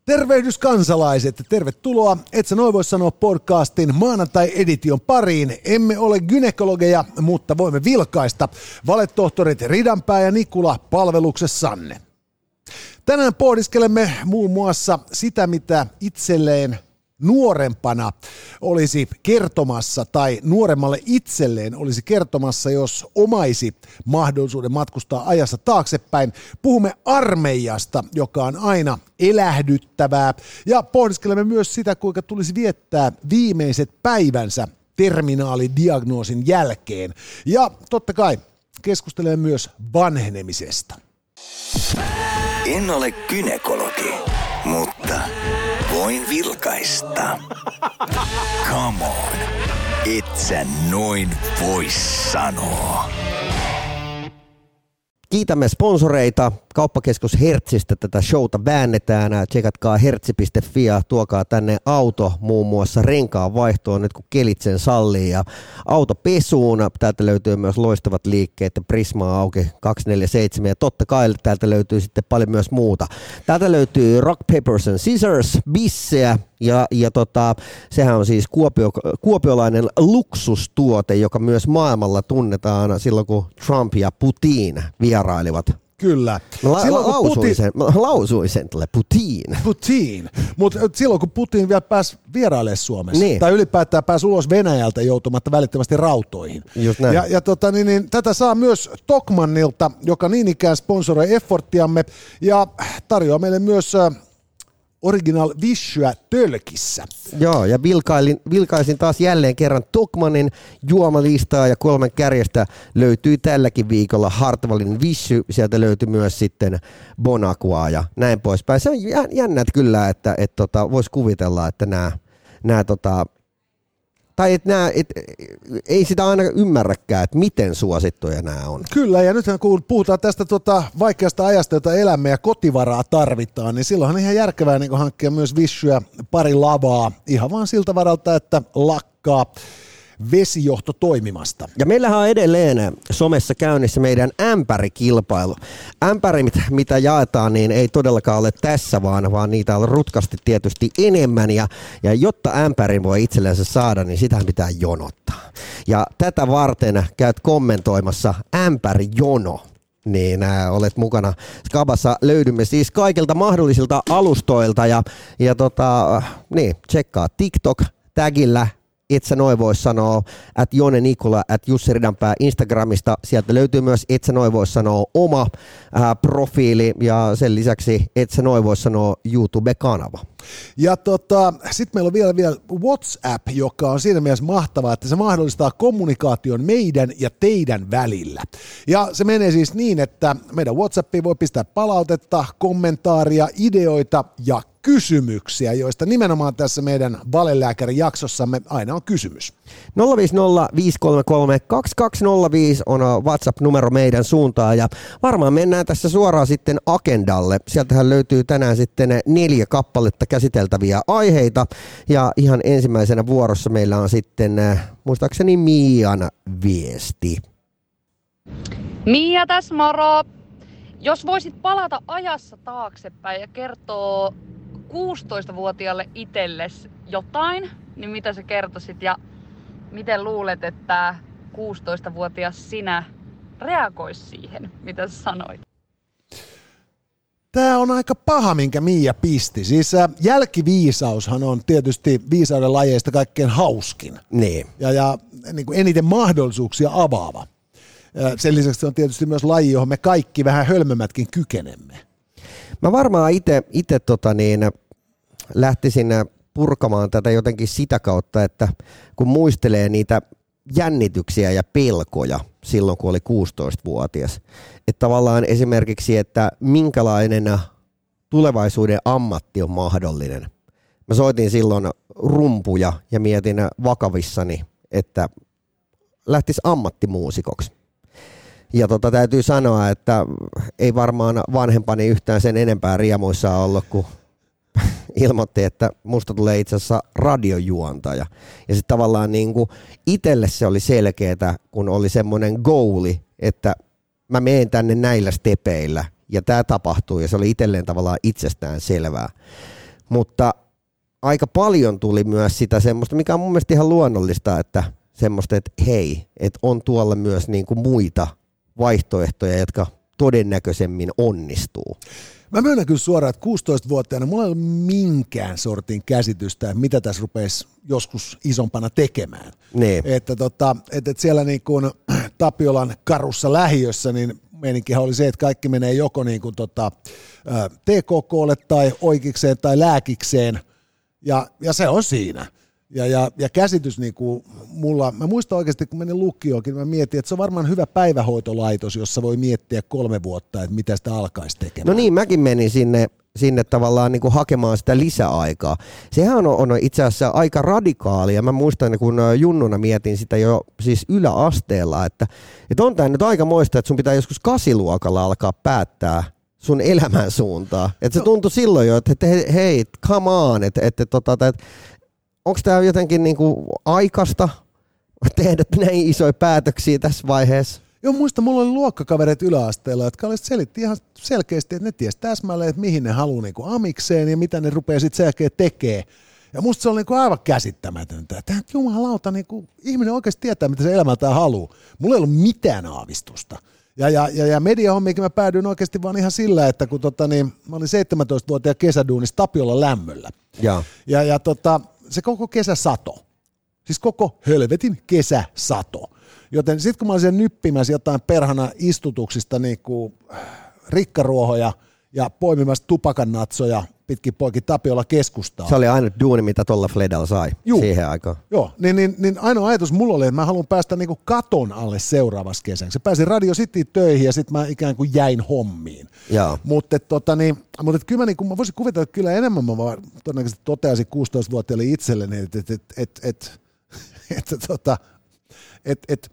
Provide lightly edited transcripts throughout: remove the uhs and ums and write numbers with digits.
Tervehdys kansalaiset, tervetuloa Et sä noin voi sanoa podcastin maanantai-edition pariin. Emme ole gynekologeja, mutta voimme vilkaista. Valetohtorit Ridanpää ja Nikula palveluksessanne. Tänään pohdiskelemme muun muassa sitä, mitä itselleen nuorempana olisi kertomassa tai nuoremmalle itselleen olisi kertomassa, jos omaisi mahdollisuuden matkustaa ajassa taaksepäin. Puhumme armeijasta, joka on aina elähdyttävää, ja pohdiskelemme myös sitä, kuinka tulisi viettää viimeiset päivänsä terminaalidiagnoosin jälkeen. Ja totta kai keskustelemme myös vanhenemisesta. En ole gynekologi, mutta voin vilkaista. Come on, et sä noin voi sanoa. Kiitämme sponsoreita. Kauppakeskus Hertzistä tätä showta väännetään. Tsekatkaa hertzi.fi ja tuokaa tänne auto muun muassa renkaan vaihtoon nyt kun kelit sen sallii. Ja autopesuun. Täältä löytyy myös loistavat liikkeet. Prisma auki 247 ja totta kai täältä löytyy sitten paljon myös muuta. Täältä löytyy Rock, Papers and Scissors, bisseä. Ja sehän on siis kuopiolainen luksustuote, joka myös maailmalla tunnetaan silloin, kun Trump ja Putin vierailivat. Kyllä. Mä lausuin sen Putin. Mutta silloin kun Putin vielä pääsi vierailemaan Suomessa, niin, tai ylipäätään pääsi ulos Venäjältä joutumatta välittömästi rautoihin. Ja tätä saa myös Tokmannilta, joka niin ikään sponsoroi efforttiamme ja tarjoaa meille myös Original Vishyä tölkissä. Joo, ja vilkaisin taas jälleen kerran Tokmannin juomalistaa ja 3 kärjestä löytyy tälläkin viikolla Hartwallin Vishy, sieltä löytyy myös sitten Bonaqua ja näin poispäin. Se on jännät kyllä, että voisi kuvitella, että ei sitä aina ymmärräkään, että miten suosittuja nämä on. Kyllä, ja nythän kun puhutaan tästä vaikeasta ajasta, jota elämme ja kotivaraa tarvitaan, niin silloinhan ihan järkevää niin hankkia myös Vishyä pari lavaa, ihan vaan siltä varalta, että lakkaa vesijohto toimimasta. Ja meillähän on edelleen somessa käynnissä meidän ämpärikilpailu. Ämpäri, mitä jaetaan, niin ei todellakaan ole tässä, vaan niitä on rutkasti tietysti enemmän. Ja jotta ämpärin voi itsellensä saada, niin sitähän pitää jonottaa. Ja tätä varten käyt kommentoimassa ämpärijono. Niin olet mukana Skabassa. Löydymme siis kaikilta mahdollisilta alustoilta. Niin, tsekkaa TikTok tagillä. Et sä noin voi sanoa, @Jone Nikula, @Jussi Ridanpää Instagramista. Sieltä löytyy myös Et sä noin voi sanoa oma profiili ja sen lisäksi Et sä noin voi sanoa YouTube-kanava. Ja sitten meillä on vielä WhatsApp, joka on siinä mielessä mahtavaa, että se mahdollistaa kommunikaation meidän ja teidän välillä. Ja se menee siis niin, että meidän WhatsAppiin voi pistää palautetta, kommentaaria, ideoita ja kysymyksiä, joista nimenomaan tässä meidän valelääkärin jaksossamme aina on kysymys. 050 533 2205 on WhatsApp-numero meidän suuntaan ja varmaan mennään tässä suoraan sitten agendalle. Sieltähän löytyy tänään sitten 4 kappaletta käsiteltäviä aiheita ja ihan ensimmäisenä vuorossa meillä on sitten muistaakseni Mian viesti. Mia tässä moro! Jos voisit palata ajassa taaksepäin ja kertoa 16-vuotiaalle itsellesi jotain, niin mitä sä kertoisit ja miten luulet, että 16-vuotias sinä reagoisi siihen, mitä sä sanoit? Tämä on aika paha, minkä Mia pisti. Siis jälkiviisaushan on tietysti viisauden lajeista kaikkein hauskin. Niin. Ja niin kuin eniten mahdollisuuksia avaava. Sen lisäksi se on tietysti myös laji, johon me kaikki vähän hölmömätkin kykenemme. Mä varmaan itse lähtisin purkamaan tätä jotenkin sitä kautta, että kun muistelee niitä jännityksiä ja pelkoja silloin, kun oli 16-vuotias. Että tavallaan esimerkiksi, että minkälainen tulevaisuuden ammatti on mahdollinen. Mä soitin silloin rumpuja ja mietin vakavissani, että lähtisi ammattimuusikoksi. Ja täytyy sanoa, että ei varmaan vanhempani yhtään sen enempää riemuissa ollut, kun ilmoitti, että musta tulee itse asiassa radiojuontaja. Ja sitten tavallaan niin kuin itselle se oli selkeää, kun oli semmoinen goali, että mä menen tänne näillä stepeillä ja tämä tapahtuu ja se oli itselleen tavallaan itsestään selvää. mutta aika paljon tuli myös sitä semmoista, mikä on mun mielestä ihan luonnollista, että semmoista, että hei, että on tuolla myös niin kuin muita vaihtoehtoja, jotka todennäköisemmin onnistuu. Mä myönnän kyllä suoraan, että 16-vuotiaana mulla ei ole minkään sortin käsitystä, että mitä tässä rupeisi joskus isompana tekemään. Niin. Että siellä niin kuin Tapiolan karussa lähiössä, niin meininkihän oli se, että kaikki menee joko niin kuin TKK:lle tai oikeikseen tai lääkikseen, ja se on siinä. Ja käsitys niin kuin mulla, mä muistan oikeasti, kun menin lukioonkin, mä mietin, että se on varmaan hyvä päivähoitolaitos, jossa voi miettiä 3 vuotta, että mitä sitä alkaisi tekemään. No niin, mäkin menin sinne tavallaan niin kuin hakemaan sitä lisäaikaa. Sehän on itse asiassa aika radikaalia. Mä muistan, kun junnuna mietin sitä jo siis yläasteella, että on tämä nyt aika moista, että sun pitää joskus 8-luokalla alkaa päättää sun elämän suuntaa. Että se tuntui silloin jo, että hei, come on, että onko tämä jotenkin niinku aikaista tehdä näin isoja päätöksiä tässä vaiheessa? Joo, muista, mulla oli luokkakavereita yläasteella, jotka selitti ihan selkeästi, että ne tiesi täsmälleen, että mihin ne haluaa niinku amikseen ja mitä ne rupeaa sitten sen jälkeen tekemään. Ja musta se oli niinku aivan käsittämätöntä, että jumalauta, niinku, ihminen oikeasti tietää, mitä se elämältään haluaa. Mulla ei ollut mitään aavistusta. Ja mediahommiinkin mä päädyin oikeasti vaan ihan sillä, että kun mä olin 17-vuotiaan kesäduunissa Tapiolan lämmöllä. Ja se koko kesä sato. Siis koko hölvetin kesä sato. Joten sitten kun mä olin siellä nyppimässä jotain perhana istutuksista niinku rikkaruohoja ja poimimassa tupakannatsoja pitkin poikin Tapiola keskustaa. Se oli ainut duuni, mitä tuolla Fledalla sai siihen aikaan. Joo, niin ainoa ajatus mulla oli, että mä haluan päästä niinku katon alle seuraavassa kesäksi. Se pääsin Radio Cityin töihin ja sitten mä ikään kuin jäin hommiin. Mutta kyllä mä, niinku, mä voisin kuvitella, että kyllä enemmän mä vaan todennäköisesti toteaisin 16-vuotiaille itselleni, että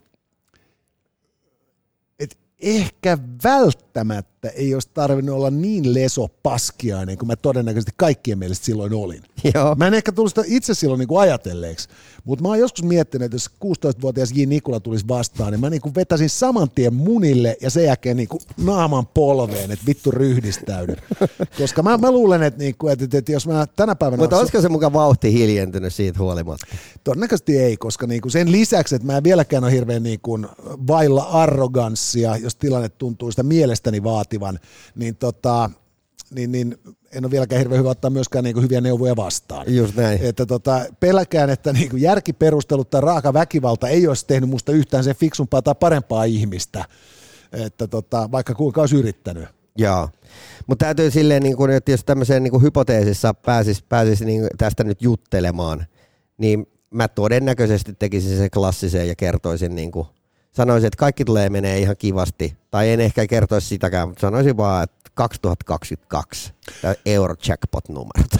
ehkä välttämättä ei olisi tarvinnut olla niin lesopaskiainen kuin mä todennäköisesti kaikkien mielestä silloin olin. Joo. Mä en ehkä tullut sitä itse silloin niin kuin ajatelleeksi, mutta mä oon joskus miettinyt, että jos 16-vuotias J. Nikula tulisi vastaan, niin mä niin kuin vetäisin saman tien munille ja sen jälkeen niin kuin naaman polveen, että vittu ryhdistäydyn. Koska mä luulen, että jos mä tänä päivänä... Mutta olisiko se mukaan vauhti hiljentynyt siitä huolimatta? Todennäköisesti ei, koska niin kuin sen lisäksi, että mä en vieläkään ole hirveän niin kuin vailla arroganssia, jos tilanne tuntuu sitä mielestäni vaativan, niin en ole vieläkään hirveän hyvä ottaa myöskään niin kuin hyviä neuvoja vastaan. Just näin. Että pelkään, että niin kuin järkiperustelut tai raaka väkivalta ei olisi tehnyt musta yhtään sen fiksumpaa tai parempaa ihmistä, että vaikka kuinka olisi yrittänyt. Joo, mutta täytyy silleen, niin kun, että jos tämmöiseen niin hypoteesissa pääsisi niin tästä nyt juttelemaan, niin mä todennäköisesti tekisin sen klassisen ja kertoisin niin kuin, sanoisin, että kaikki menee ihan kivasti, tai en ehkä kertoisi sitäkään, mutta sanoisin vaan, että 2022 Eurojackpot-numerot.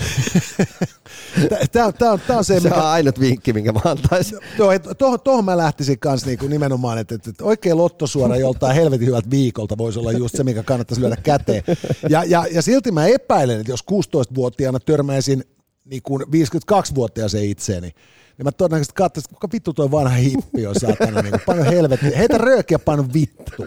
Tämä on se, mikä... on ainut vinkki, minkä mä antaisin. Tuohon mä lähtisin kanssa niinku nimenomaan, että oikein lottosuora joltain helvetin hyvältä viikolta voisi olla just se, mikä kannattaisi lyödä käteen. Ja silti mä epäilen, että jos 16-vuotiaana törmäisin niin kuin 52-vuotiaaseen itseeni, niin mä todennäköisesti katsoin, että kuka vittu toi vanha hippi on saatana, niin paljon helvettiä. Heitä röökiä paino vittu.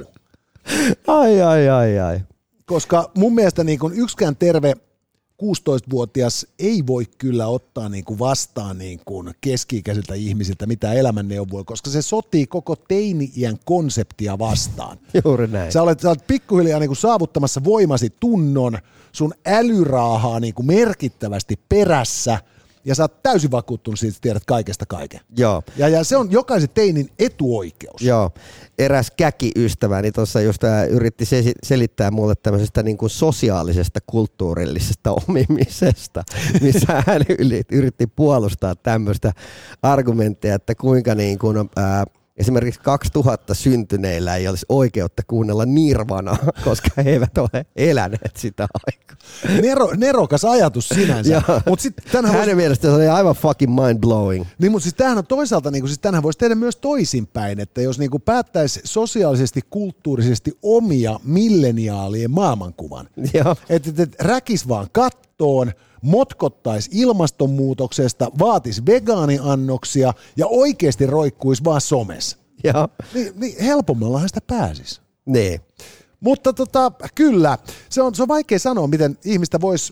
Ai. Koska mun mielestä niin kun yksikään terve 16-vuotias ei voi kyllä ottaa niin kuin vastaan niin kuin keski-ikäisiltä ihmisiltä mitään elämänneuvoa, koska se sotii koko teini-iän konseptia vastaan. Juuri näin. Sä olet pikkuhiljaa niin kuin saavuttamassa voimasi tunnon, sun älyraahaa niin kuin merkittävästi perässä, ja sä oot täysin vakuuttunut siitä, että tiedät kaikesta kaiken. Joo. Ja se on jokaisen teinin etuoikeus. Joo. Eräs käki-ystäväni tuossa just yritti selittää mulle tämmöisestä niin kuin sosiaalisesta kulttuurillisesta omimisesta, missä hän yritti puolustaa tämmöistä argumenttia, että kuinka niin kuin, esimerkiksi 2000 syntyneillä ei olisi oikeutta kuunnella Nirvanaa, koska he eivät ole eläneet sitä aikaa. Nerokas ajatus sinänsä. Hänen mielestä se oli aivan fucking mind-blowing. Niin, mutta siis tämähän on toisaalta, niin siis tämähän voisi tehdä myös toisinpäin, että jos niin päättäisi sosiaalisesti, kulttuurisesti omia milleniaalien maailmankuvan, että räkis vaan kattoon, motkottaisi ilmastonmuutoksesta, vaatisi vegaaniannoksia ja oikeasti roikkuisi vaan somessa. Niin helpommallahan sitä pääsisi. Niin. Mutta kyllä, se on vaikea sanoa, miten ihmistä voisi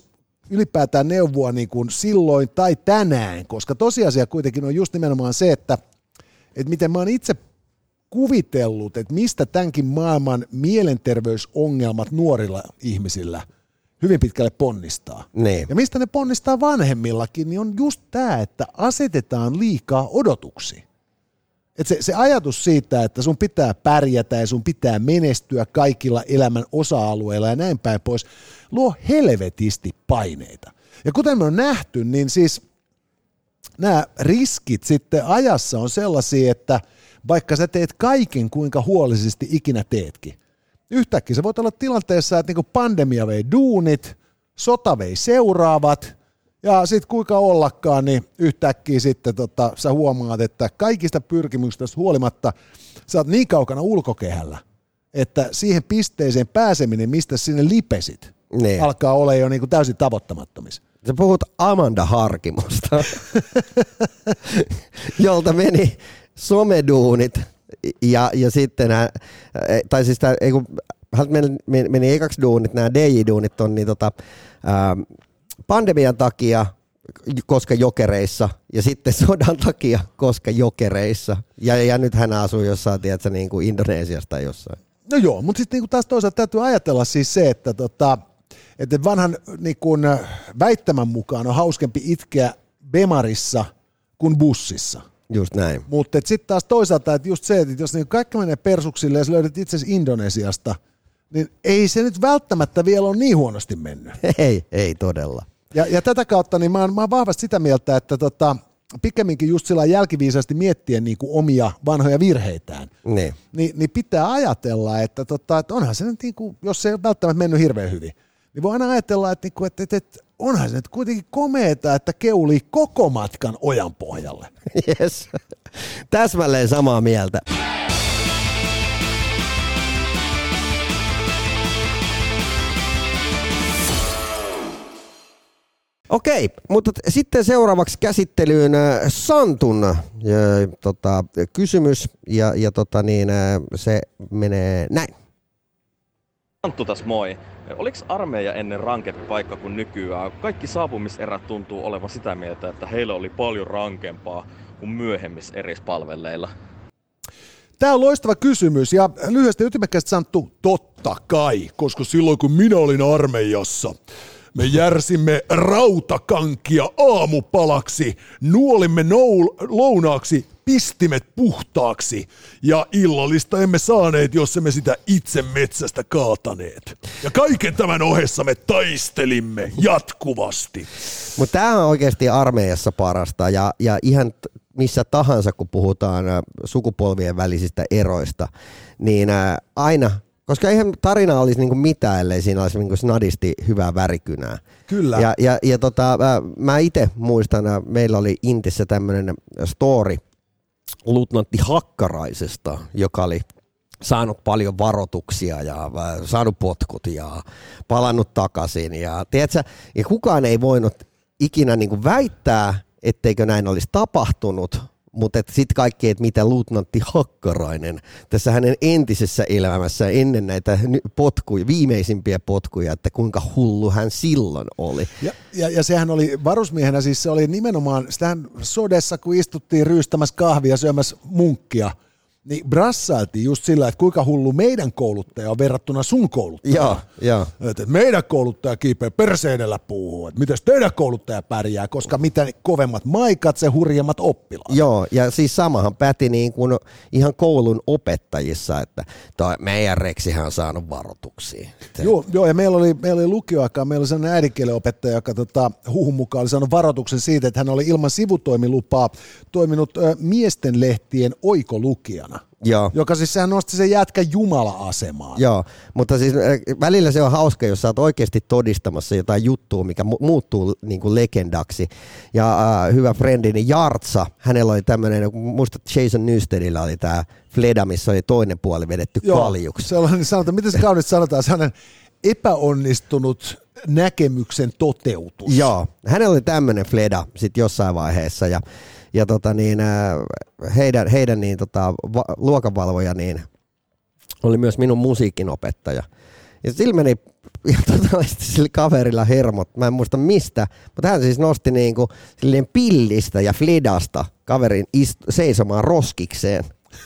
ylipäätään neuvoa niin kuin silloin tai tänään, koska tosiasia kuitenkin on just nimenomaan se, että miten mä oon itse kuvitellut, että mistä tämänkin maailman mielenterveysongelmat nuorilla ihmisillä hyvin pitkälle ponnistaa. Niin. Ja mistä ne ponnistaa vanhemmillakin, niin on just tämä, että asetetaan liikaa odotuksia. Että se ajatus siitä, että sun pitää pärjätä ja sun pitää menestyä kaikilla elämän osa-alueilla ja näin päin pois, luo helvetisti paineita. Ja kuten me on nähty, niin siis nämä riskit sitten ajassa on sellaisia, että vaikka sä teet kaiken, kuinka huolellisesti ikinä teetkin, yhtäkkiä sä voit olla tilanteessa, että niinku pandemia vei duunit, sota vei seuraavat, ja sitten kuinka ollakaan, niin yhtäkkiä sitten sä huomaat, että kaikista pyrkimyksistä huolimatta sä oot niin kaukana ulkokehällä, että siihen pisteeseen pääseminen, mistä sinne lipesit, niin alkaa olla jo niinku täysin tavoittamattomissa. Sä puhut Amanda Harkimosta, jolta meni someduunit ja sitten tai siis meni ekaksi duunit, nämä DJ-duunit on niin pandemian takia, koska Jokereissa, ja sitten sodan takia, koska Jokereissa. Ja nyt hän asuu jossain, tiedätkö, niin kuin Indonesiasta tai jossain. No joo, mutta sitten niin taas toisaalta täytyy ajatella siis se, että vanhan niin kuin väittämän mukaan on hauskempi itkeä Bemarissa kuin bussissa. Just näin. Mutta sitten taas toisaalta, että just se, että jos niin kaikki menee persuksille ja sä löydät itsesi Indonesiasta, niin ei se nyt välttämättä vielä ole niin huonosti mennyt. Ei todella. Ja tätä kautta niin mä oon vahvasti sitä mieltä, että pikemminkin just sillä jälkiviisaasti miettien niin kuin omia vanhoja virheitään, niin pitää ajatella, että onhan se nyt, niin kuin, jos se ei ole välttämättä mennyt hirveän hyvin, niin voi aina ajatella, että onhan se nyt kuitenkin komeeta, että keulii koko matkan ojan pohjalle. Yes, täsmälleen samaa mieltä. Okei, mutta sitten seuraavaksi käsittelyyn Santun kysymys ja se menee näin. Santtu tässä moi. Oliko armeija ennen rankempi paikka kuin nykyään? Kaikki saapumiserät tuntuu olevan sitä mieltä, että heillä oli paljon rankempaa kuin myöhemmissä erispalvelleilla. Tämä on loistava kysymys ja lyhyesti ytimekkäästi Santtu, totta kai, koska silloin kun minä olin armeijassa, me järsimme rautakankia aamupalaksi, nuolimme lounaaksi pistimet puhtaaksi ja illallista emme saaneet, jos emme sitä itse metsästä kaataneet. Ja kaiken tämän ohessa me taistelimme jatkuvasti. Mutta tämä on oikeasti armeijassa parasta ja ihan missä tahansa, kun puhutaan sukupolvien välisistä eroista, niin aina, koska eihän tarina olisi niinku mitään, ellei siinä olisi niinku snadisti hyvää värikynää. Kyllä. Mä itse muistan, meillä oli Intissä tämmöinen story luutnantti Hakkaraisesta, joka oli saanut paljon varoituksia ja saanut potkut ja palannut takaisin. Ja, tiedätkö, ja kukaan ei voinut ikinä niinku väittää, etteikö näin olisi tapahtunut, mutta sitten kaikki, että mitä luutnantti Hakkarainen tässä hänen entisessä elämässä ennen näitä potkuja, viimeisimpiä potkuja, että kuinka hullu hän silloin oli. Ja sehän oli varusmiehenä, siis se oli nimenomaan, sitähän sodessa, kun istuttiin ryystämässä kahvia syömässä munkkia, niin brassailtiin just sillä, että kuinka hullu meidän kouluttaja on verrattuna sun kouluttajaan. Joo. Että meidän kouluttaja kiipeää perseinellä puuhun, että mitäs teidän kouluttaja pärjää, koska mitä kovemmat maikat, se hurjemmat oppilaat. Joo, ja siis samahan päti niin kuin ihan koulun opettajissa, että meidän Reksihän on saanut varoituksia. Joo, ja meillä oli lukioaikaa, meillä oli sellainen äidinkielen opettaja, joka huhun mukaan oli saanut varoituksen siitä, että hän oli ilman sivutoimilupaa toiminut miestenlehtien oikolukijana. Joo. Joka siis sehän nosti sen jätkä Jumala-asemaan. Joo, mutta siis välillä se on hauska, jos sä oot oikeasti todistamassa jotain juttua, mikä muuttuu niin kuin legendaksi. Ja hyvä frendini Jartsa, hänellä oli tämmöinen, muistat Jason Newstedillä oli tämä Fleda, missä oli toinen puoli vedetty kaljuksi. Sellainen, sanotaan, miten se kaunista sanotaan, sellainen epäonnistunut näkemyksen toteutus. Joo, hänellä oli tämmöinen Fleda sitten jossain vaiheessa ja heidän luokanvalvoja niin oli myös minun musiikinopettaja. Ja sillä meni totaalisesti sillä kaverilla hermot, mä en muista mistä, mutta hän siis nosti niinku silleen pillistä ja flidasta kaverin seisomaan roskikseen.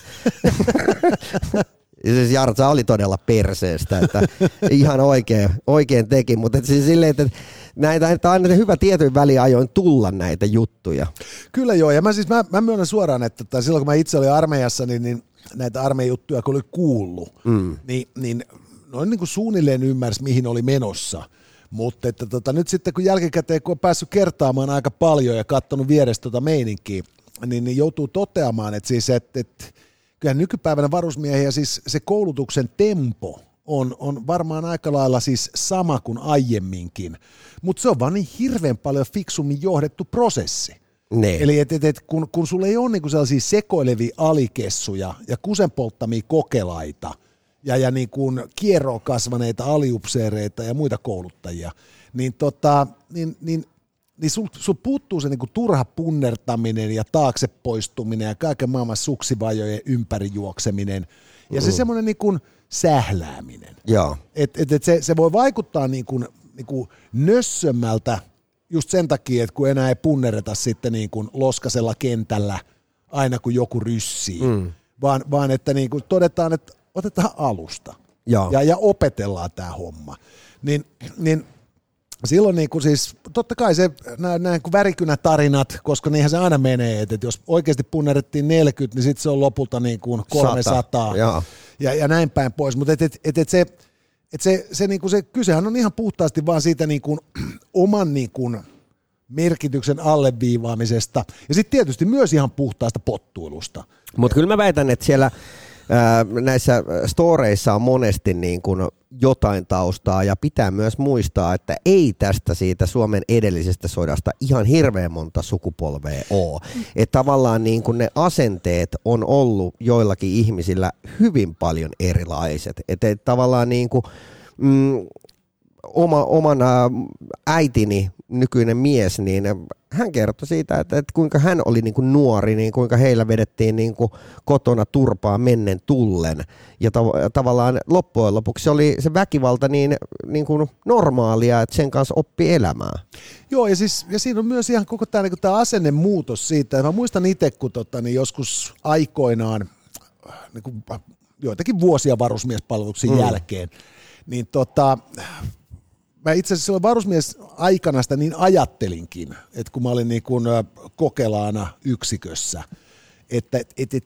Ja siis Jartsa oli todella perseestä, että ihan oikein teki, mutta siis silleen, että näitä aina se hyvä tietyin väliajoin tulla näitä juttuja. Kyllä joo, ja mä myönnän suoraan, että silloin kun mä itse olin armeijassa, niin näitä armeijuttuja kun oli kuullut, niin noin niin kuin suunnilleen ymmärsi, mihin oli menossa. Mutta että nyt sitten kun jälkikäteen, kun on päässyt kertaamaan aika paljon ja katsonut vierestä meininkiä, niin joutuu toteamaan, että siis, että kyllähän nykypäivänä varusmiehiä siis se koulutuksen tempo on varmaan aika lailla siis sama kuin aiemminkin, mutta se on vaan niin hirveän paljon fiksummin johdettu prosessi. Ne. Eli kun sulla ei ole niinku sellaisia sekoilevia alikessuja ja kusenpolttamia kokelaita ja niin kuin kierroon kasvaneita aliupseereita ja muita kouluttajia, niin sul puuttuu se niinku turha punnertaminen ja taakse poistuminen ja kaiken maailman suksivajojen ympärijuokseminen ja se semmoinen niinku sählääminen. Joo. Se voi vaikuttaa niinku nössömmältä just sen takia, että kun enää ei punnereta sitten niinku loskasella kentällä aina kun joku ryssii, vaan että niinku todetaan, että otetaan alusta ja opetellaan tämä homma. Niin silloin niin kuin siis, totta kai se, nämä värikynätarinat, koska niinhän se aina menee, että jos oikeasti punnerettiin 40, niin sitten se on lopulta niin kuin 300 ja näin päin pois, mutta se, niin kuin se kysehän on ihan puhtaasti vaan siitä niin kuin oman niin kuin merkityksen alleviivaamisesta ja sitten tietysti myös ihan puhtaasta pottuilusta. Mutta kyllä mä väitän, että siellä näissä storeissa on monesti niin kuin jotain taustaa ja pitää myös muistaa, että ei tästä siitä Suomen edellisestä sodasta ihan hirveän monta sukupolvea ole. Että tavallaan niin kuin ne asenteet on ollut joillakin ihmisillä hyvin paljon erilaiset. Että tavallaan niin kuin, oman äitini nykyinen mies, niin hän kertoi siitä, että kuinka hän oli niin kuin nuori, niin kuinka heillä vedettiin niin kuin kotona turpaa mennen tullen. Ja tavallaan loppujen lopuksi oli se väkivalta niin kuin normaalia, että sen kanssa oppi elämään. Joo, ja siinä on myös ihan koko tämä, niin tämä asennemuutos siitä. Mä muistan itse, kun niin joskus aikoinaan, niin kuin joitakin vuosia varusmiespalveluksen jälkeen, niin mä itse asiassa silloin varusmies aikana sitä niin ajattelinkin, että kun mä olin niin kuin kokelaana yksikössä, että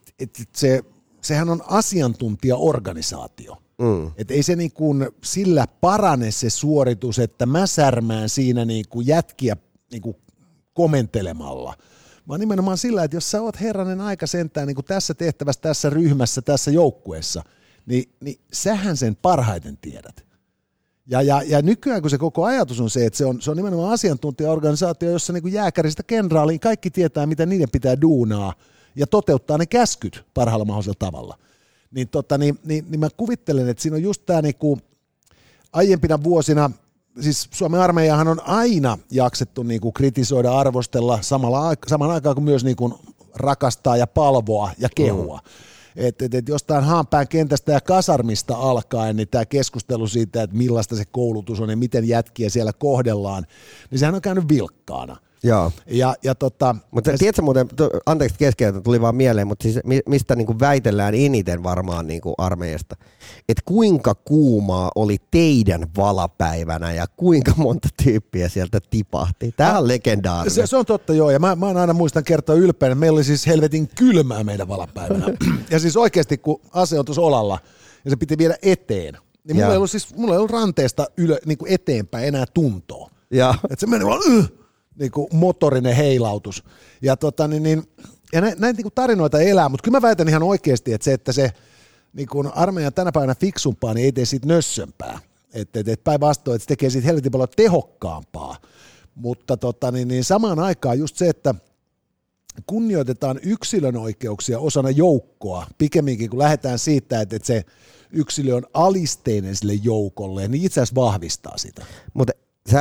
sehän on asiantuntijaorganisaatio. Että ei se niin kuin sillä parane se suoritus, että mä särmään siinä niin kuin jätkiä niin kuin komentelemalla, vaan nimenomaan sillä, että jos sä oot herranen aika sentään niin kuin tässä tehtävässä, tässä ryhmässä, tässä joukkueessa, niin sähän sen parhaiten tiedät. Ja nykyään kun se koko ajatus on se, että se on nimenomaan asiantuntijaorganisaatio, jossa niin kuin jääkäristä kenraaliin kaikki tietää, miten niiden pitää duunaa ja toteuttaa ne käskyt parhaalla mahdollisella tavalla. Niin mä kuvittelen, että siinä on just tämä niin kuin aiempina vuosina, siis Suomen armeijahan on aina jaksettu niin kuin kritisoida, arvostella samaan aikaan kuin myös niin kuin rakastaa ja palvoa ja kehua. Että jostain Haanpään kentästä ja kasarmista alkaen, niin tämä keskustelu siitä, että millaista se koulutus on ja miten jätkiä siellä kohdellaan, niin sehän on käynyt vilkkaana. Joo. Mutta tiedätkö muuten, anteeksi keskeytän, tuli vaan mieleen, mutta siis mistä niin kuin väitellään eniten varmaan niin kuin armeijasta, että kuinka kuumaa oli teidän valapäivänä ja kuinka monta tyyppiä sieltä tipahti. Tämä on legendaarinen. Se on totta joo, ja mä aina muistan kertoa ylpeänä, meillä oli siis helvetin kylmää meidän valapäivänä. Ja siis oikeasti kun ase on tuossa olalla ja se piti viedä eteen, niin mulla ei ollut ranteesta niin kuin eteenpäin enää tuntoa. Että se meni vaan niin kuin motorinen heilautus. Ja näitä niin kuin tarinoita elää, mutta kyllä mä väitän ihan oikeasti, että se niin kuin armeijan tänä päivänä fiksumpaa, niin ei tee siitä nössömpää. Että päinvastoin, että se tekee siitä helvetin paljon tehokkaampaa. Mutta samaan aikaan just se, että kunnioitetaan yksilön oikeuksia osana joukkoa, pikemminkin kun lähdetään siitä, että se yksilö on alisteinen sille joukolle, niin itse asiassa vahvistaa sitä. Mutta sä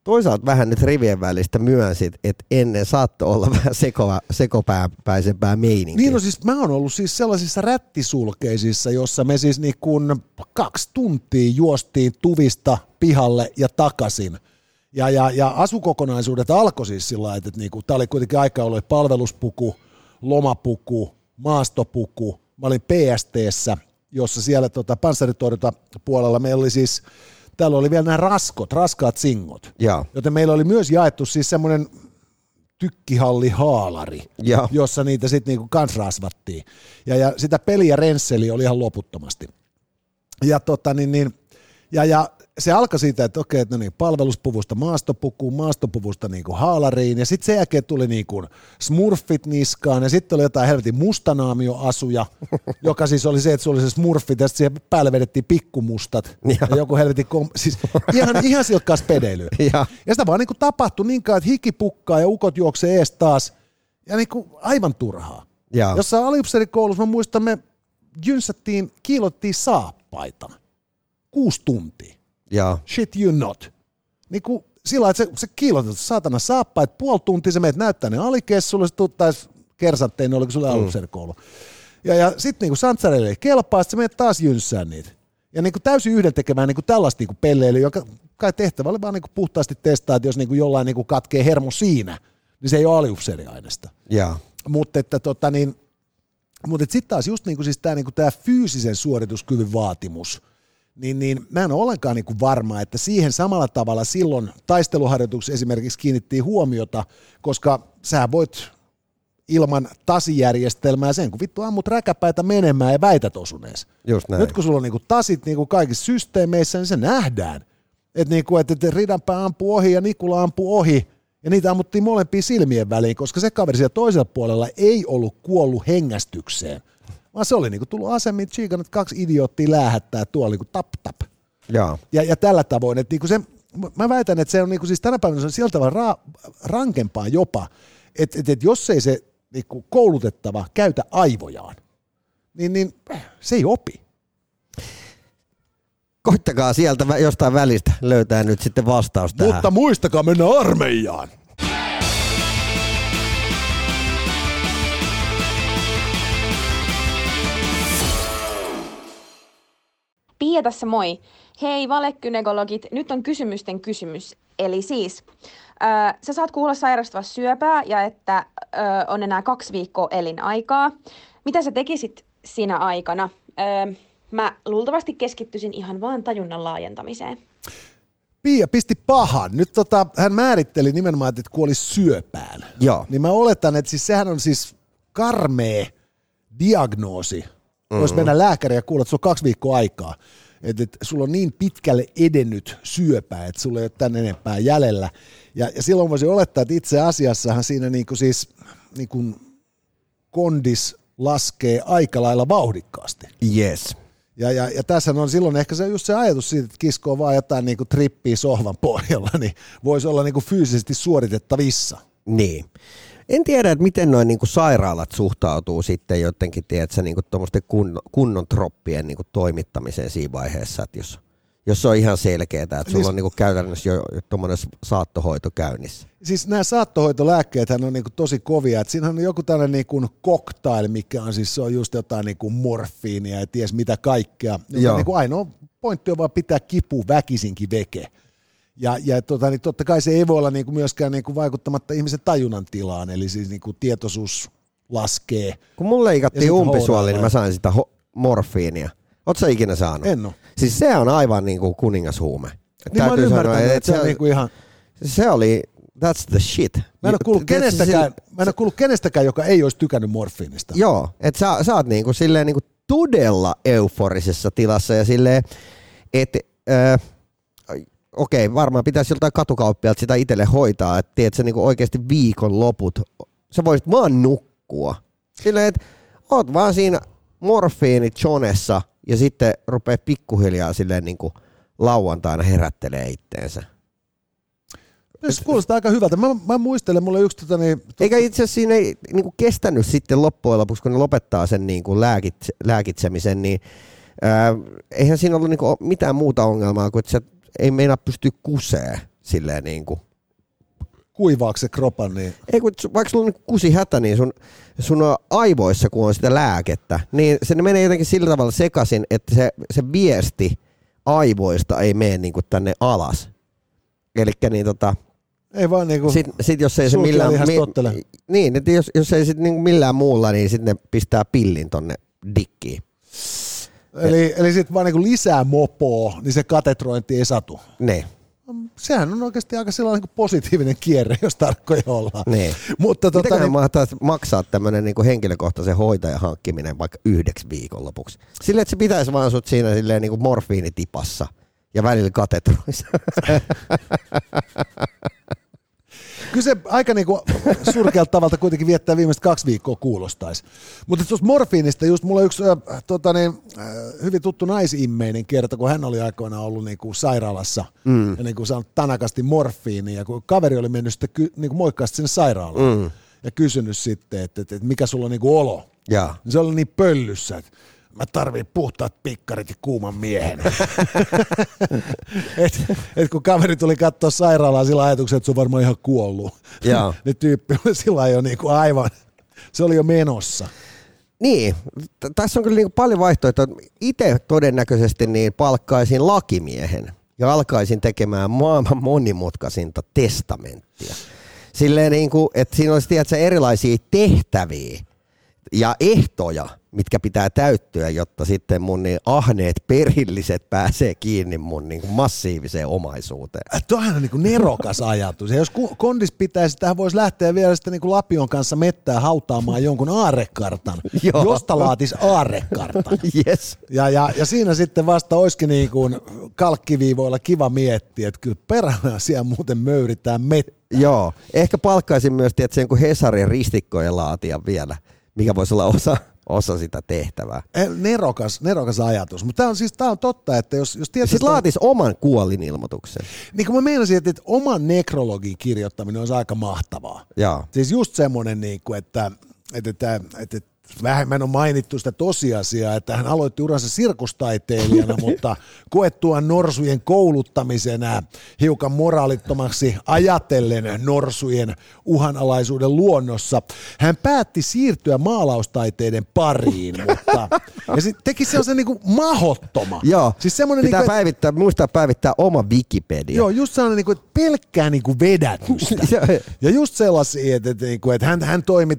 toisaalta vähän nyt rivien välistä myönsit, että ennen saattoi olla vähän sekopääpäisempää meininkiä. Niin, no siis mä oon ollut siis sellaisissa rättisulkeisissa, jossa me siis niin kuin 2 tuntia juostiin tuvista pihalle ja takaisin. Ja asukokonaisuudet alkoi siis sillä lailla, että niinku, tää oli kuitenkin aika oli palveluspuku, lomapuku, maastopuku. Mä olin PST:ssä, jossa siellä panssaritorjunta puolella meillä oli siis, täällä oli vielä nämä raskaat singot. Ja. Joten meillä oli myös jaettu siis semmoinen tykkihallihaalari, jossa niitä sitten niinku kans rasvattiin. Ja sitä peliä rensseli oli ihan loputtomasti. Ja se alkoi siitä, että okei, no niin, palveluspuvusta maastopukuun, maastopuvusta niinku haalariin, ja sitten sen jälkeen tuli niinku smurfit niskaan, ja sitten oli jotain helvetin mustanaamioasuja, joka siis oli se, että se oli se smurfit, ja sitten siihen päälle vedettiin pikkumustat, ja joku helvetin, siis ihan silkkaas pedeilyä. Ja sitä vaan niinku tapahtui niin kauan, että hiki pukkaa ja ukot juoksee ees taas, ja niinku aivan turhaa. Jossain aliupseerikoulussa, mä muistan, me kiilottiin saappaita 6 tuntia. Ja. Shit you not. Niin kuin sillä että se kiilotat saatana saappaat, puoli tuntia sä meet näyttää ne alikessulle, se tuttaisi kersanttein, oliko sulle aluksärikoulu. Ja sitten niin santsareille ei kelpaa, sitten sä meet taas jynssää niitä. Ja niin kuin täysin yhdentekevää niin tällaista niin pelleilyä, joka kai tehtävä oli vaan niin puhtaasti testaa, että jos niin jollain niin katkee hermo siinä, niin se ei ole aliupseeriaineesta. Mutta sitten taas just niin siis tämä fyysisen suorituskyvyn vaatimus, niin mä en ole ollenkaan niin kuin varma, että siihen samalla tavalla silloin taisteluharjoituksessa esimerkiksi kiinnittiin huomiota, koska sä voit ilman tasijärjestelmää sen, kun vittu ammut räkäpäitä menemään ja väität osunees. Nyt kun sulla on niin kuin tasit niin kuin kaikissa systeemeissä, niin se nähdään. Että Ridanpää ampuu ohi ja Nikula ampuu ohi, ja niitä ammuttiin molempia silmien väliin, koska se kaveri siellä toisella puolella ei ollut kuollut hengästykseen. Vaan se oli niinku tullut asemiin, tsiikannut 2 idioottia läähättää tuolla niinku tap. Ja tällä tavoin, että niinku se, mä väitän, että se on niinku siis tänä päivänä se on sillä tavalla rankempaa jopa, että jos ei se niinku koulutettava käytä aivojaan, niin se ei opi. Koittakaa sieltä jostain välistä löytää nyt sitten vastaus tähän. Mutta muistakaa mennä armeijaan. Pia tässä moi. Hei valekynekologit, nyt on kysymysten kysymys. Eli siis, sä saat kuulla sairastavaa syöpää ja että on enää 2 viikkoa elinaikaa. Mitä sä tekisit siinä aikana? Mä luultavasti keskittyisin ihan vaan tajunnan laajentamiseen. Pia pisti pahan. Nyt hän määritteli nimenomaan, että kuoli syöpään. Joo. Niin mä oletan, että siis sehän on siis karmea diagnoosi. Jos mennään lääkäriin ja kuulla, että sulla on 2 viikkoa aikaa, että sulla on niin pitkälle edennyt syöpä, että sulla ei ole tän enempää jäljellä. Ja silloin voisi olettaa, että itse asiassahan siinä kondis laskee aika lailla vauhdikkaasti. Yes. Ja tässä on silloin ehkä se just se ajatus siitä, että kiskoo vaan jotain niinku trippiä sohvan pohjalla, niin voisi olla niinku fyysisesti suoritettavissa. Niin. En tiedä, että miten noin niinku sairaalat suhtautuu sitten jotenkin, tiedätkö, niinku tuommoisten kunnon troppien niinku toimittamiseen siinä vaiheessa, että jos se on ihan selkeää, että sulla on niinku käytännössä jo tuommoinen saattohoito käynnissä. Siis nämä saattohoitolääkkeethän on niinku tosi kovia, että siinähän on joku tällainen niinku cocktail, mikä on siis se on just jotain niinku morfiinia ja ties mitä kaikkea. Niinku ainoa pointti on vaan pitää kipu väkisinkin veke. Ja totta kai se ei voi olla niinku myöskään niinku vaikuttamatta ihmisen tajunnan tilaan, eli siis niinku tietoisuus laskee. Kun mulle leikattiin umpisuoli, niin mä sain sitä morfiinia. Ootko sä ikinä saanut? En oo. Siis se on aivan niinku kuningashuume. Niin mä oon ymmärtänyt, että se on niinku ihan... Se oli, that's the shit. Mä en ole kuullut kenestäkään, joka ei olisi tykännyt morfiinista. Joo, että sä oot niinku silleen niinku todella euforisessa tilassa ja silleen, että... Okei, varmaan pitäisi joltain katukauppialta sitä itselle hoitaa, että tiedät, sä niinku oikeasti viikonloput, sä voisit vaan nukkua. Silleen, että oot vaan siinä morfiinijonessa ja sitten rupeaa pikkuhiljaa silleen niinku lauantaina herättelee itteensä. Se kuulostaa aika hyvältä. Mä muistelen, mulle yksi Eikä itse asiassa siinä ei niinku kestänyt sitten loppujen lopuksi, kun ne lopettaa sen niinku lääkitsemisen, niin eihän siinä ollut niinku mitään muuta ongelmaa kuin, että se ei meinaa pystyä kusee silleen niin kuin. Kuivaako se kropan niin? Ei, kun vaikka sulla on kusihätä, niin sun aivoissa, kun on sitä lääkettä, niin se menee jotenkin sillä tavalla sekaisin, että se viesti aivoista ei mene niin kuin tänne alas. Elikkä niin ei vaan niinku sit jos ei se millään niin, että jos ei sit niinku millään muulla, niin sitten ne pistää pillin tonne dikkiin. Eli sitten vaan niinku lisää mopoa, niin se katetrointi ei satu. Ne. Sehän on oikeasti aika sellainen niin positiivinen kierre, jos tarkkoja ollaan. Niin. Mutta mitäköhän mahtaa maksaa tämmöinen niin henkilökohtaisen hoitajan hankkiminen vaikka 1 viikonlopuksi? Silleen, että se pitäisi vaan sut siinä silleen niin morfiinitipassa ja välillä katetroissa. Kyllä se aika niinku surkealta tavalta kuitenkin viettää viimeiset 2 viikkoa kuulostaisi. Mutta tuossa morfiinista just mulla yksi hyvin tuttu naisimmeinen kerta, kun hän oli aikoinaan ollut niinku sairaalassa ja niinku saanut tanakasti morfiinia, ja kun kaveri oli mennyt sitten niinku moikkaa sinne sairaalaan ja kysynyt sitten, että mikä sulla on niinku olo. Ja. Se oli niin pöllyssä, että mä tarviin puhtaat pikkarit ja kuuman miehen. et kun kaveri tuli katsoa sairaalaa sillä ajatuksella, että se on varmaan ihan kuollut. Ne tyyppi oli sillä jo niinku aivan, se oli jo menossa. Niin, tässä on kyllä niinku paljon vaihtoehtoja. Itse todennäköisesti niin palkkaisin lakimiehen ja alkaisin tekemään maailman monimutkaisinta testamenttia. Silleen niinku, että siinä olisi tiedätkö, erilaisia tehtäviä ja ehtoja, mitkä pitää täyttyä, jotta sitten mun niin ahneet perilliset pääsee kiinni mun niin kuin massiiviseen omaisuuteen. Tuohan on niin kuin nerokas ajatus. Ja jos kondis pitäisi, tähän voisi lähteä vielä sitten niin kuin Lapion kanssa mettään hautaamaan jonkun aarrekartan, josta laatisi aarrekartan. Yes. Ja siinä sitten vasta olisikin niin kuin kalkkiviivoilla kiva miettiä, että kyllä perhana asia muuten möyritään mettään. Joo, ehkä palkkaisin myös tietysti jonkun Hesarin ristikkojen laatia vielä, mikä voisi olla osa sitä tehtävää. Nerokas ajatus, mutta tämä on totta, että jos tietysti... Sitten laatisi oman kuolinilmoituksen. Niin kuin mä meinasin, että oman nekrologin kirjoittaminen olisi aika mahtavaa. Jaa. Siis just semmoinen, että vähemmän on mainittu sitä tosiasiaa, että hän aloitti uransa sirkustaiteilijana, mutta koettuaan norsujen kouluttamisena hiukan moraalittomaksi ajatellen norsujen uhanalaisuuden luonnossa. Hän päätti siirtyä maalaustaiteiden pariin, mutta ja sitten teki sellaisen niin kuin mahdottoman. Joo, siis pitää muistaa päivittää oma Wikipedia. Joo, just sellainen niin kuin, pelkkää niin kuin vedätystä. Ja just sellaisia, että hän toimi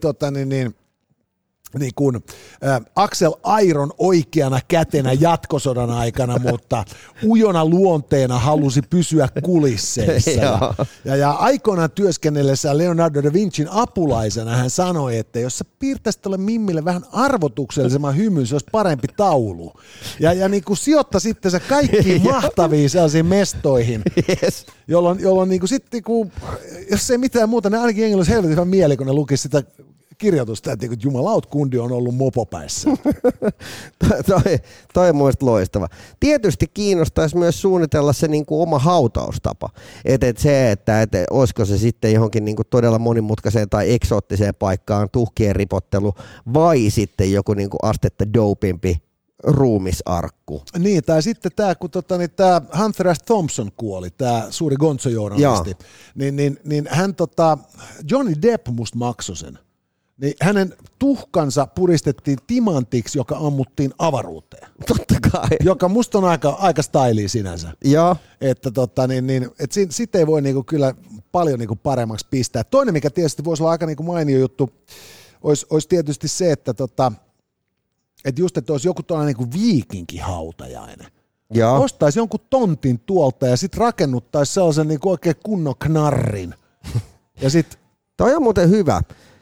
niin kuin Axel Airon oikeana kätenä jatkosodan aikana, mutta ujona luonteena halusi pysyä kulisseissa. ja aikoinaan työskennellessä Leonardo da Vincin apulaisena hän sanoi, että jos sä piirtäisit tuolle Mimmille vähän arvotuksellisemman hymyn, se olisi parempi taulu. Ja niin kuin sijoitta sitten se kaikkiin mahtaviin sellaisiin mestoihin, jolloin niin kuin sitten, jos ei mitään muuta, ne ainakin jengi olisi helvetin hyvä mieli, kun ne lukisi sitä kirjoitusta, että jumalaut kundi on ollut mopopäissä. toi on mielestäni loistava. Tietysti kiinnostaisi myös suunnitella se niin kuin oma hautaustapa. Että olisiko se sitten johonkin niin kuin todella monimutkaiseen tai eksoottiseen paikkaan tuhkien ripottelu vai sitten joku niin kuin astetta dopimpi ruumisarkku. Niin, tai sitten tämä, kun tämä Hunter S. Thompson kuoli, tämä suuri gonzo-journalisti, niin hän Johnny Depp musta maksoi sen. Niin hänen tuhkansa puristettiin timantiksi, joka ammuttiin avaruuteen. Totta kai. Joka musta on aika styliä sinänsä. Joo. Että sit ei voi niinku kyllä paljon niinku paremmaksi pistää. Toinen, mikä tietysti voisi olla aika niinku mainio juttu, olisi tietysti se, että olisi joku tällainen niinku viikinkihautajainen. Joo. Ostaisi jonkun tontin tuolta ja sitten rakennuttaisi sellaisen niinku oikein kunnon knarrin. Ja sit... Toi on muuten hyvä.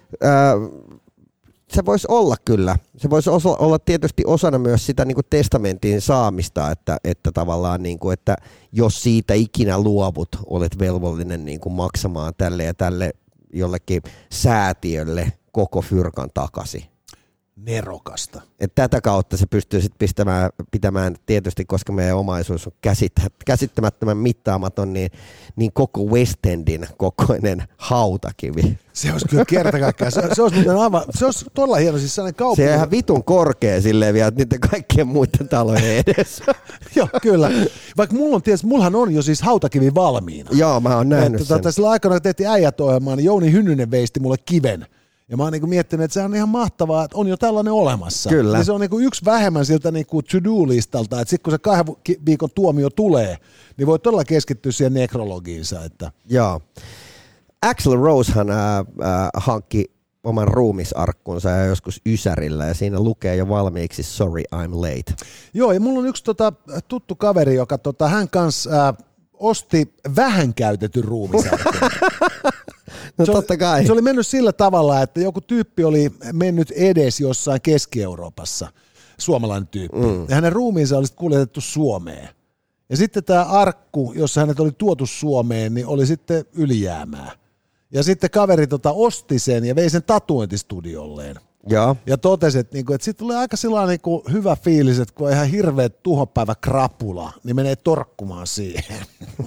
Se voisi olla kyllä. Se voisi olla tietysti osana myös sitä niin kuin testamentin saamista, että tavallaan, niin kuin, että jos siitä ikinä luovut, olet velvollinen niin kuin maksamaan tälle ja tälle jollekin säätiölle koko fyrkan takaisin. nerokasta. Et tätä kautta se pystyy sit pitämään tietysti, koska meidän omaisuus on käsittämättömän mittaamaton, niin koko West Endin kokoinen hautakivi. Se olisi kyllä kerta kaikkiaan. Se olisi todella hieno, siis sellainen kaupunki. Se on ihan vitun korkea silleen vielä niiden kaikkien muiden talojen edessä. Joo, kyllä. Vaikka mullahan on jo siis hautakivi valmiina. Joo, mä oon nähnyt sen. Sillä aikana, kun tehtiin Äijät-ohjelmaa, niin Jouni Hynnynen veisti mulle kiven. Ja mä oon niinku miettinyt, että se on ihan mahtavaa, että on jo tällainen olemassa. Kyllä. Ja se on niinku yksi vähemmän siltä niinku to-do-listalta, että sitten kun se 2 viikon tuomio tulee, niin voi todella keskittyä siihen nekrologiinsa. Että... Joo. Axl Rosehan hankki oman ruumisarkkunsa ja joskus Ysärillä, ja siinä lukee jo valmiiksi Sorry I'm Late. Joo, ja mulla on yksi tuttu kaveri, joka hän kanssa osti vähän käytetyn ruumisarkkun. No totta kai. Se oli mennyt sillä tavalla, että joku tyyppi oli mennyt edes jossain Keski-Euroopassa, suomalainen tyyppi, ja hänen ruumiinsa oli kuljetettu Suomeen. Ja sitten tämä arkku, jossa hänet oli tuotu Suomeen, niin oli sitten ylijäämää. Ja sitten kaveri osti sen ja vei sen tatuointistudiolleen. Ja totesi, että sitten tulee aika sellainen hyvä fiilis, että kun on ihan hirveä tuhopäivä krapula, niin menee torkkumaan siihen.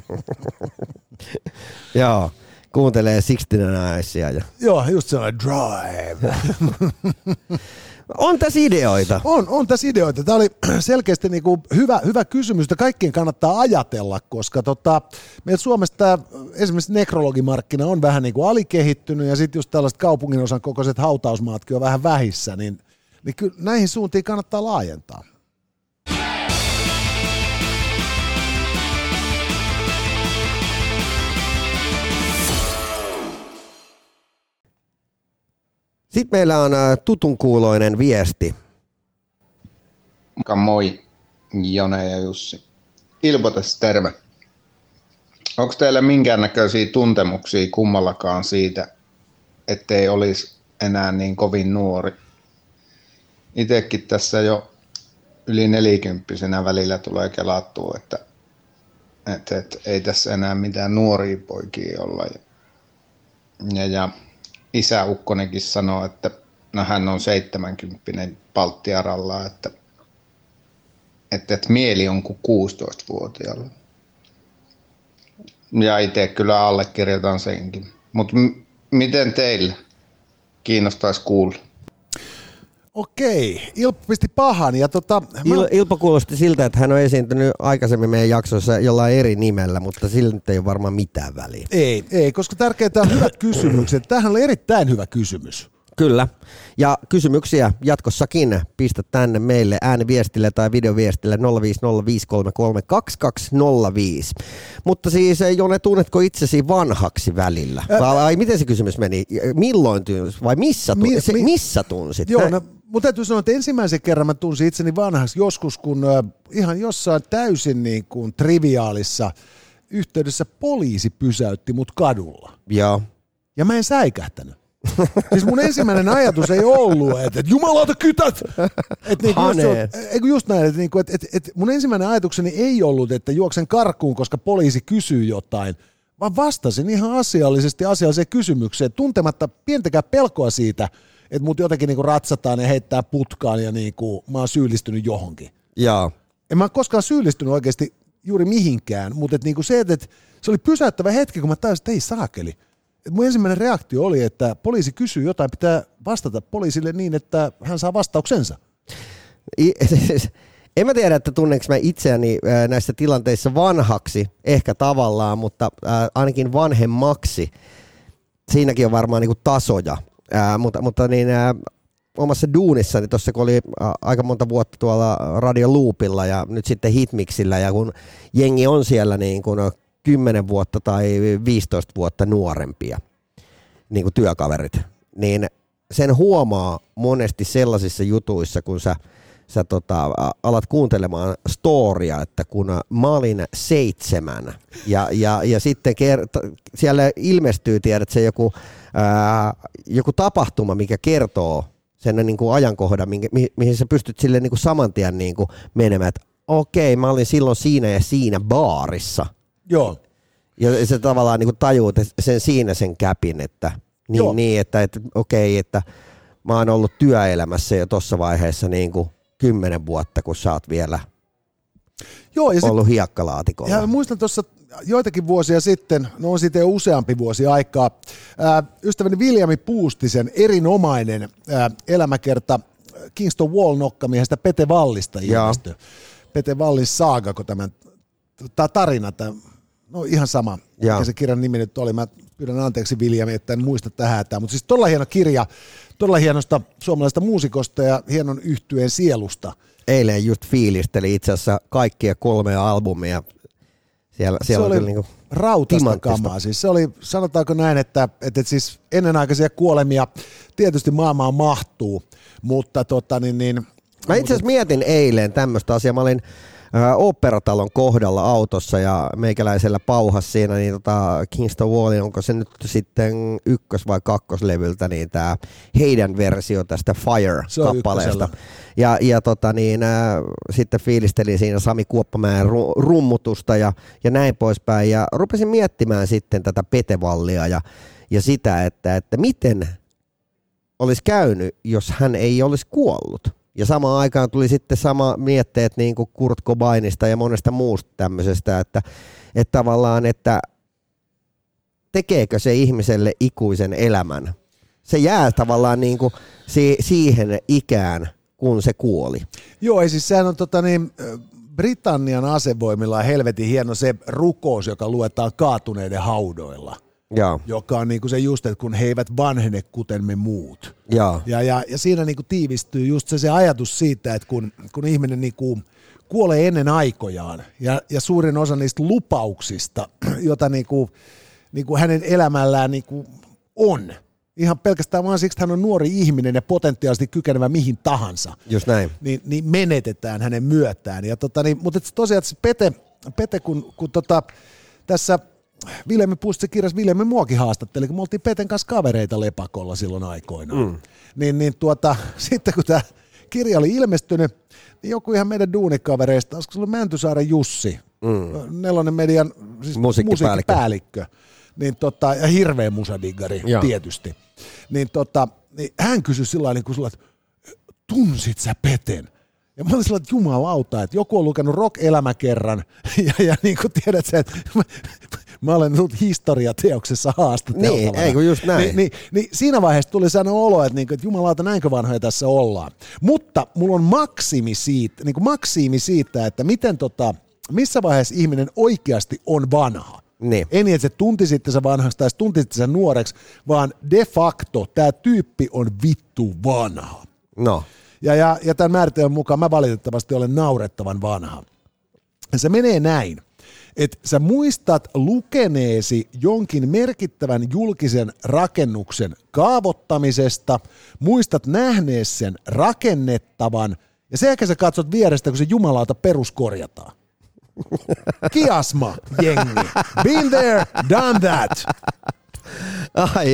Joo, kuuntelee 69 ja... Joo, just sellainen drive. On tässä ideoita. On tässä ideoita. Tämä oli selkeästi hyvä kysymys, että kaikkien kannattaa ajatella, koska meillä Suomessa tämä esimerkiksi nekrologimarkkina on vähän alikehittynyt ja sitten just tällaiset kaupunginosan kokoiset hautausmaatkin on vähän vähissä, niin kyllä näihin suuntiin kannattaa laajentaa. Sitten meillä on tutunkuuloinen viesti. Moi, Jone ja Jussi. Ilpo tässä, terve. Onko teillä minkäännäköisiä tuntemuksia kummallakaan siitä, ettei olisi enää niin kovin nuori? Itsekin tässä jo yli 40-vuotiaana välillä tulee kelattua, että ei tässä enää mitään nuoria poikia olla. Ja isäukkonenkin sanoo, että hän on 70 Palttiaralla, että mieli on kuin 16-vuotiaalla. Ja itse kyllä allekirjoitan senkin. Mutta miten teillä? Kiinnostaisi kuulla. Okei, Ilpo pisti pahan. Ja Ilpo kuulosti siltä, että hän on esiintynyt aikaisemmin meidän jaksoissa jollain eri nimellä, mutta sillä nyt ei ole varmaan mitään väliä. Ei, koska tärkeintä on hyvät kysymykset. Tämähän oli erittäin hyvä kysymys. Kyllä, ja kysymyksiä jatkossakin pistä tänne meille ääniviestille tai videoviestille 050533205. Mutta Jone, tunnetko itsesi vanhaksi välillä? Vai miten se kysymys meni? Milloin tunsit? Vai missä tunsit? Joo, mun täytyy sanoa, että ensimmäisen kerran mä tunsin itseni vanhaksi joskus, kun ihan jossain täysin triviaalissa yhteydessä poliisi pysäytti mut kadulla. Joo. Ja mä en säikähtänyt. Siis mun ensimmäinen ajatus ei ollut, että jumalauta kytät! Just näin, että mun ensimmäinen ajatukseni ei ollut, että juoksen karkuun, koska poliisi kysyy jotain, vaan vastasin ihan asialliseen kysymykseen, tuntematta pientäkään pelkoa siitä, että mut jotenkin ratsataan ja heittää putkaan ja mä oon syyllistynyt johonkin. Jaa. En mä ole koskaan syyllistynyt oikeasti juuri mihinkään, mutta että se oli pysäyttävä hetki, kun mä tajusin, että ei saakeli. Mun ensimmäinen reaktio oli, että poliisi kysyy jotain, pitää vastata poliisille niin, että hän saa vastauksensa. En mä tiedä, että tunneeko mä itseäni näissä tilanteissa vanhaksi, ehkä tavallaan, mutta ainakin vanhemmaksi. Siinäkin on varmaan tasoja, mutta omassa duunissani tuossa, kun oli aika monta vuotta tuolla Radio Loopilla ja nyt sitten Hitmixillä, ja kun jengi on siellä 10 vuotta tai 15 vuotta nuorempia työkaverit, niin sen huomaa monesti sellaisissa jutuissa, kun sä alat kuuntelemaan storya, että kun mä olin 7 ja sitten siellä ilmestyy, tiedät se joku tapahtuma, mikä kertoo sen ajankohdan, mihin sä pystyt sille saman tien menemään, että okei, mä olin silloin siinä ja siinä baarissa. Joo. Ja se tavallaan tajuut sen käpin, että okei, että mä oon ollut työelämässä jo tuossa vaiheessa niin kuin 10 vuotta, kun sä oot vielä ollut hiekkalaatikolla. Ja muistan tuossa joitakin vuosia sitten, no on siitä jo useampi vuosi aikaa, ystäväni Viljami Puustisen erinomainen elämäkerta Kingston Wall-nokkamiehestä Pete Vallista ilmestyi. Pete Wallin saagako tämä tarina, no ihan sama, mikä se kirjan nimi nyt oli. Mä pyydän anteeksi Viljami, että en muista tähän, mutta siis todella hieno kirja, todella hienosta suomalaisesta muusikosta ja hienon yhtyeen sielusta. Eilen just fiilisteli itse asiassa kaikkia 3 albumia. Se oli niinku rautasta kamaa. Siis se oli, sanotaanko näin, että siis ennenaikaisia kuolemia tietysti maailmaan mahtuu, mutta Mä itse asiassa mietin eilen tämmöistä asiaa. Mä olin Oopperatalon kohdalla autossa ja meikäläisellä pauhas siinä niin Kingston Wallin, onko se nyt sitten 1- vai 2-levyltä, niin tää heidän versio tästä Fire-kappaleesta. Ja sitten fiilistelin siinä Sami Kuoppamäen rummutusta ja näin poispäin. Ja rupesin miettimään sitten tätä Pete Wallia ja sitä, että miten olisi käynyt, jos hän ei olisi kuollut. Ja samaan aikaan tuli sitten sama mietteet niin kuin Kurt Cobainista ja monesta muusta tämmöisestä, että tavallaan, että tekeekö se ihmiselle ikuisen elämän. Se jää tavallaan niin kuin siihen ikään, kun se kuoli. Joo, siis sehän on Britannian asevoimilla on helvetin hieno se rukous, joka luetaan kaatuneiden haudoilla. Ja. Joka on niinku se just, että kun he eivät vanhene kuten me muut. Ja siinä niinku tiivistyy just se ajatus siitä, että kun ihminen niinku kuolee ennen aikojaan ja suurin osa niistä lupauksista, jota niinku hänen elämällään niinku on, ihan pelkästään vaan siksi, että hän on nuori ihminen ja potentiaalisesti kykenevä mihin tahansa. Just näin. Niin menetetään hänen myötään. Ja mutta tosiaan se Pete kun tässä Viljami Puustisen kirjassa Viljami muakin haastatteli, kun me oltiin Peten kanssa kavereita Lepakolla silloin aikoinaan. Sitten kun tämä kirja oli ilmestynyt, niin joku ihan meidän duunikavereista, olisiko se ollut Mäntysaaren Jussi, 4 Median siis musiikkipäällikkö, niin ja hirveä musadiggari tietysti. Niin hän kysyi sillä lailla, kun sulla, että tunsit sä Peten? Ja mä olin sillä, että jumalauta, että joku on lukenut Rock-elämäkerran ja niin kuin tiedät sen, että mä olen tullut historiateoksessa haastateltavana. Niin, eikö just näin. Niin siinä vaiheessa tuli sellainen olo, että jumalauta, näinkö vanhoja tässä ollaan. Mutta mulla on maksiimi siitä, että miten missä vaiheessa ihminen oikeasti on vanha. Niin. Ei niin, että se tuntisi itsensä vanhaksi tai tuntisi itsensä nuoreksi, vaan de facto tämä tyyppi on vittu vanha. No. Ja tämän määritelmän mukaan mä valitettavasti olen naurettavan vanha. Ja se menee näin, että sä muistat lukeneesi jonkin merkittävän julkisen rakennuksen kaavoittamisesta, muistat nähneesi sen rakennettavan, ja sen jälkeen sä katsot vierestä, kun se jumalauta peruskorjataan. Kiasma, jengi. Been there, done that. Ai.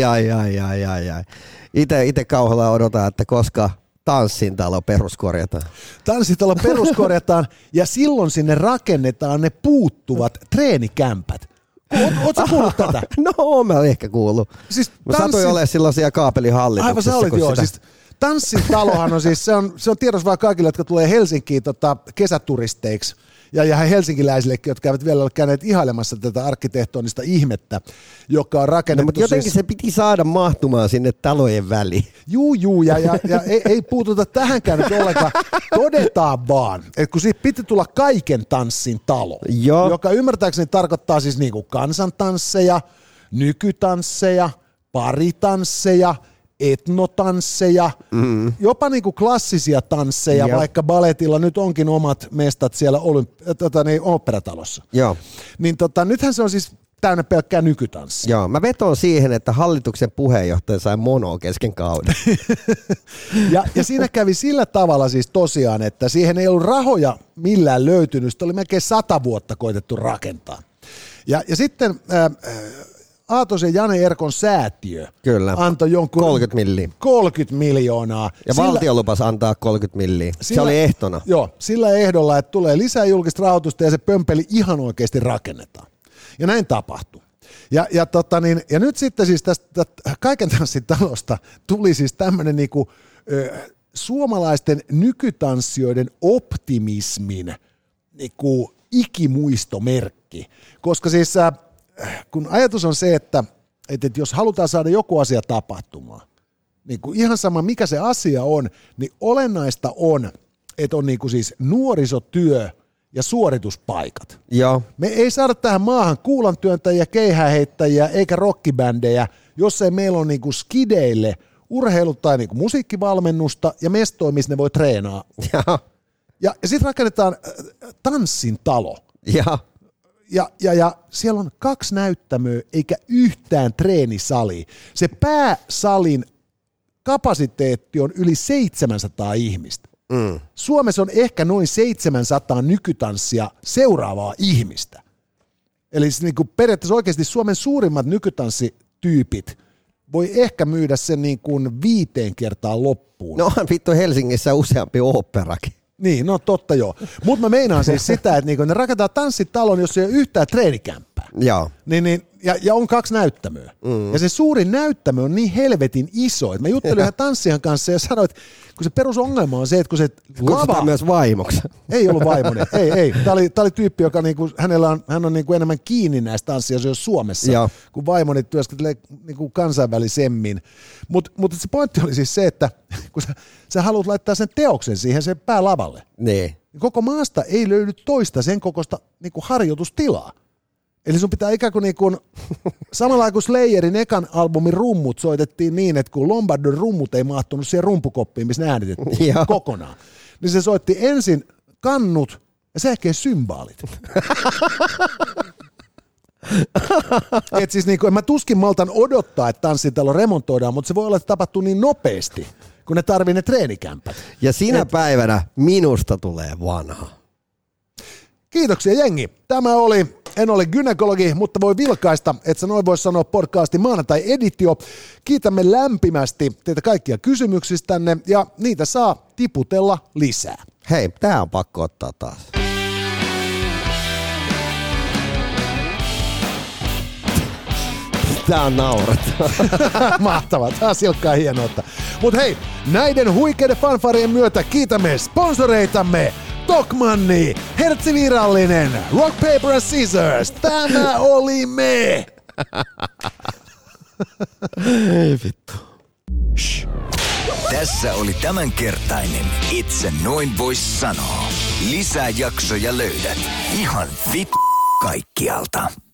Itse kauhalla odotan, että koska tanssintalo peruskorjataan. Tanssintalo peruskorjataan ja silloin sinne rakennetaan ne puuttuvat treenikämpät. Ootko kuullut tätä? No, mä olen ehkä kuullut. Siis mä satoin olemaan silloin siellä kaapelihallituksessa. Aivan sä olit, joo. Siis tanssintalohan on siis, se on tiedossa vaan kaikille, jotka tulee Helsinkiin kesäturisteiksi. Ja helsinkiläisillekin, jotka eivät vielä ole käyneet ihailemassa tätä arkkitehtonista ihmettä, joka on rakennettu. No, mutta jotenkin siis se piti saada mahtumaan sinne talojen väliin. Juu, ja ei puututa tähänkään nyt ollenkaan. Todetaan vaan, että kun siitä piti tulla kaiken tanssin talo, joka ymmärtääkseni tarkoittaa siis niinku kansantansseja, nykytansseja, paritansseja, etnotansseja, jopa niinku klassisia tansseja, vaikka baletilla nyt onkin omat mestat siellä oopperatalossa. Joo. Niin nythän se on siis täynnä pelkkää nykytanssia. Joo, mä vetoon siihen, että hallituksen puheenjohtaja sai monoa kesken kauden. ja siinä kävi sillä tavalla siis tosiaan, että siihen ei ollut rahoja millään löytynyt, sitä oli melkein 100 vuotta koitettu rakentaa. Ja sitten Aatos ja Jane Erkon säätiö antoi jonkun 30 miljoonaa. Ja valtio lupasi antaa 30 milliä. Se oli ehtona. Joo, sillä ehdolla, että tulee lisää julkista rahoitusta ja se pömpeli ihan oikeasti rakennetaan. Ja näin tapahtui. Ja nyt sitten siis tästä Kaiken tanssin talosta tuli siis tämmöinen niinku, suomalaisten nykytanssijoiden optimismin niinku ikimuistomerkki. Koska siis kun ajatus on se, että jos halutaan saada joku asia tapahtumaan, niin kuin ihan sama mikä se asia on, niin olennaista on, että on niin kuin siis nuorisotyö ja suorituspaikat. Joo. Me ei saada tähän maahan kuulantyöntäjiä, keihääheittäjiä eikä rockibändejä, jos ei meillä ole niin kuin skideille urheilu- tai niin kuin musiikkivalmennusta ja mestoja, missä ne voi treenaa. Ja sitten rakennetaan tanssin talo. Ja siellä on 2 näyttämöä eikä yhtään treenisalia. Se pääsalin kapasiteetti on yli 700 ihmistä. Suomessa on ehkä noin 700 nykytanssia seuraavaa ihmistä. Eli niin kuin periaatteessa oikeasti Suomen suurimmat nykytanssityypit voi ehkä myydä sen niin kuin 5 kertaa loppuun. No on vittu Helsingissä useampi oopperakin. Niin, no totta joo. Mutta mä meinaan siis sitä, että niinku ne rakentaa tanssitalon, jos ei ole yhtään treenikämppää. Joo. Ja on 2 näyttämöä. Ja se suurin näyttämö on niin helvetin iso, että mä juttelin yhden tanssijan kanssa ja sanoin, että kun se perusongelma on se, että kun se lava... myös vaimoksi. Ei ollut vaimoni, ei. Tämä oli tyyppi, joka niinku, hän on niinku enemmän kiinni näistä tanssioista Suomessa, Joo. Kun vaimoni työskentelee niinku kansainvälisemmin. Mutta se pointti oli siis se, että kun sä haluat laittaa sen teoksen siihen sen päälavalle, niin koko maasta ei löydy toista sen kokoista niinku harjoitustilaa. Eli sun pitää ikään kuin, samalla kuin Slayerin ekan albumin rummut soitettiin niin, että kun Lombardon rummut ei mahtunut siihen rumpukoppiin, missä ne äänitettiin kokonaan, niin se soitti ensin kannut ja sen jälkeen symbaalit. Et siis en mä tuskin maltan odottaa, että tanssitalo remontoidaan, mutta se voi olla, että tapahtuu niin nopeasti, kun ne tarvii ne treenikämpät. Ja sinä päivänä minusta tulee vanha. Kiitoksia jengi. Tämä oli En ole gynekologi, mutta voi vilkaista, että sä noin vois sanoa podcastin maanantai-editio. Kiitämme lämpimästi teitä kaikkia kysymyksistänne ja niitä saa tiputella lisää. Hei, tää on pakko ottaa taas. Tää on naurettava. Mahtavaa, tää on silkkaa hienoutta. Mut hei, näiden huikeiden fanfarien myötä kiitämme sponsoreitamme. Tokmanni, Hertzi Virallinen, Rock Paper and Scissors, tämä oli me! Ei vittu. Shh. Tässä oli tämänkertainen Et sä noin vois sanoa. Lisää jaksoja löydät ihan vittu kaikkialta.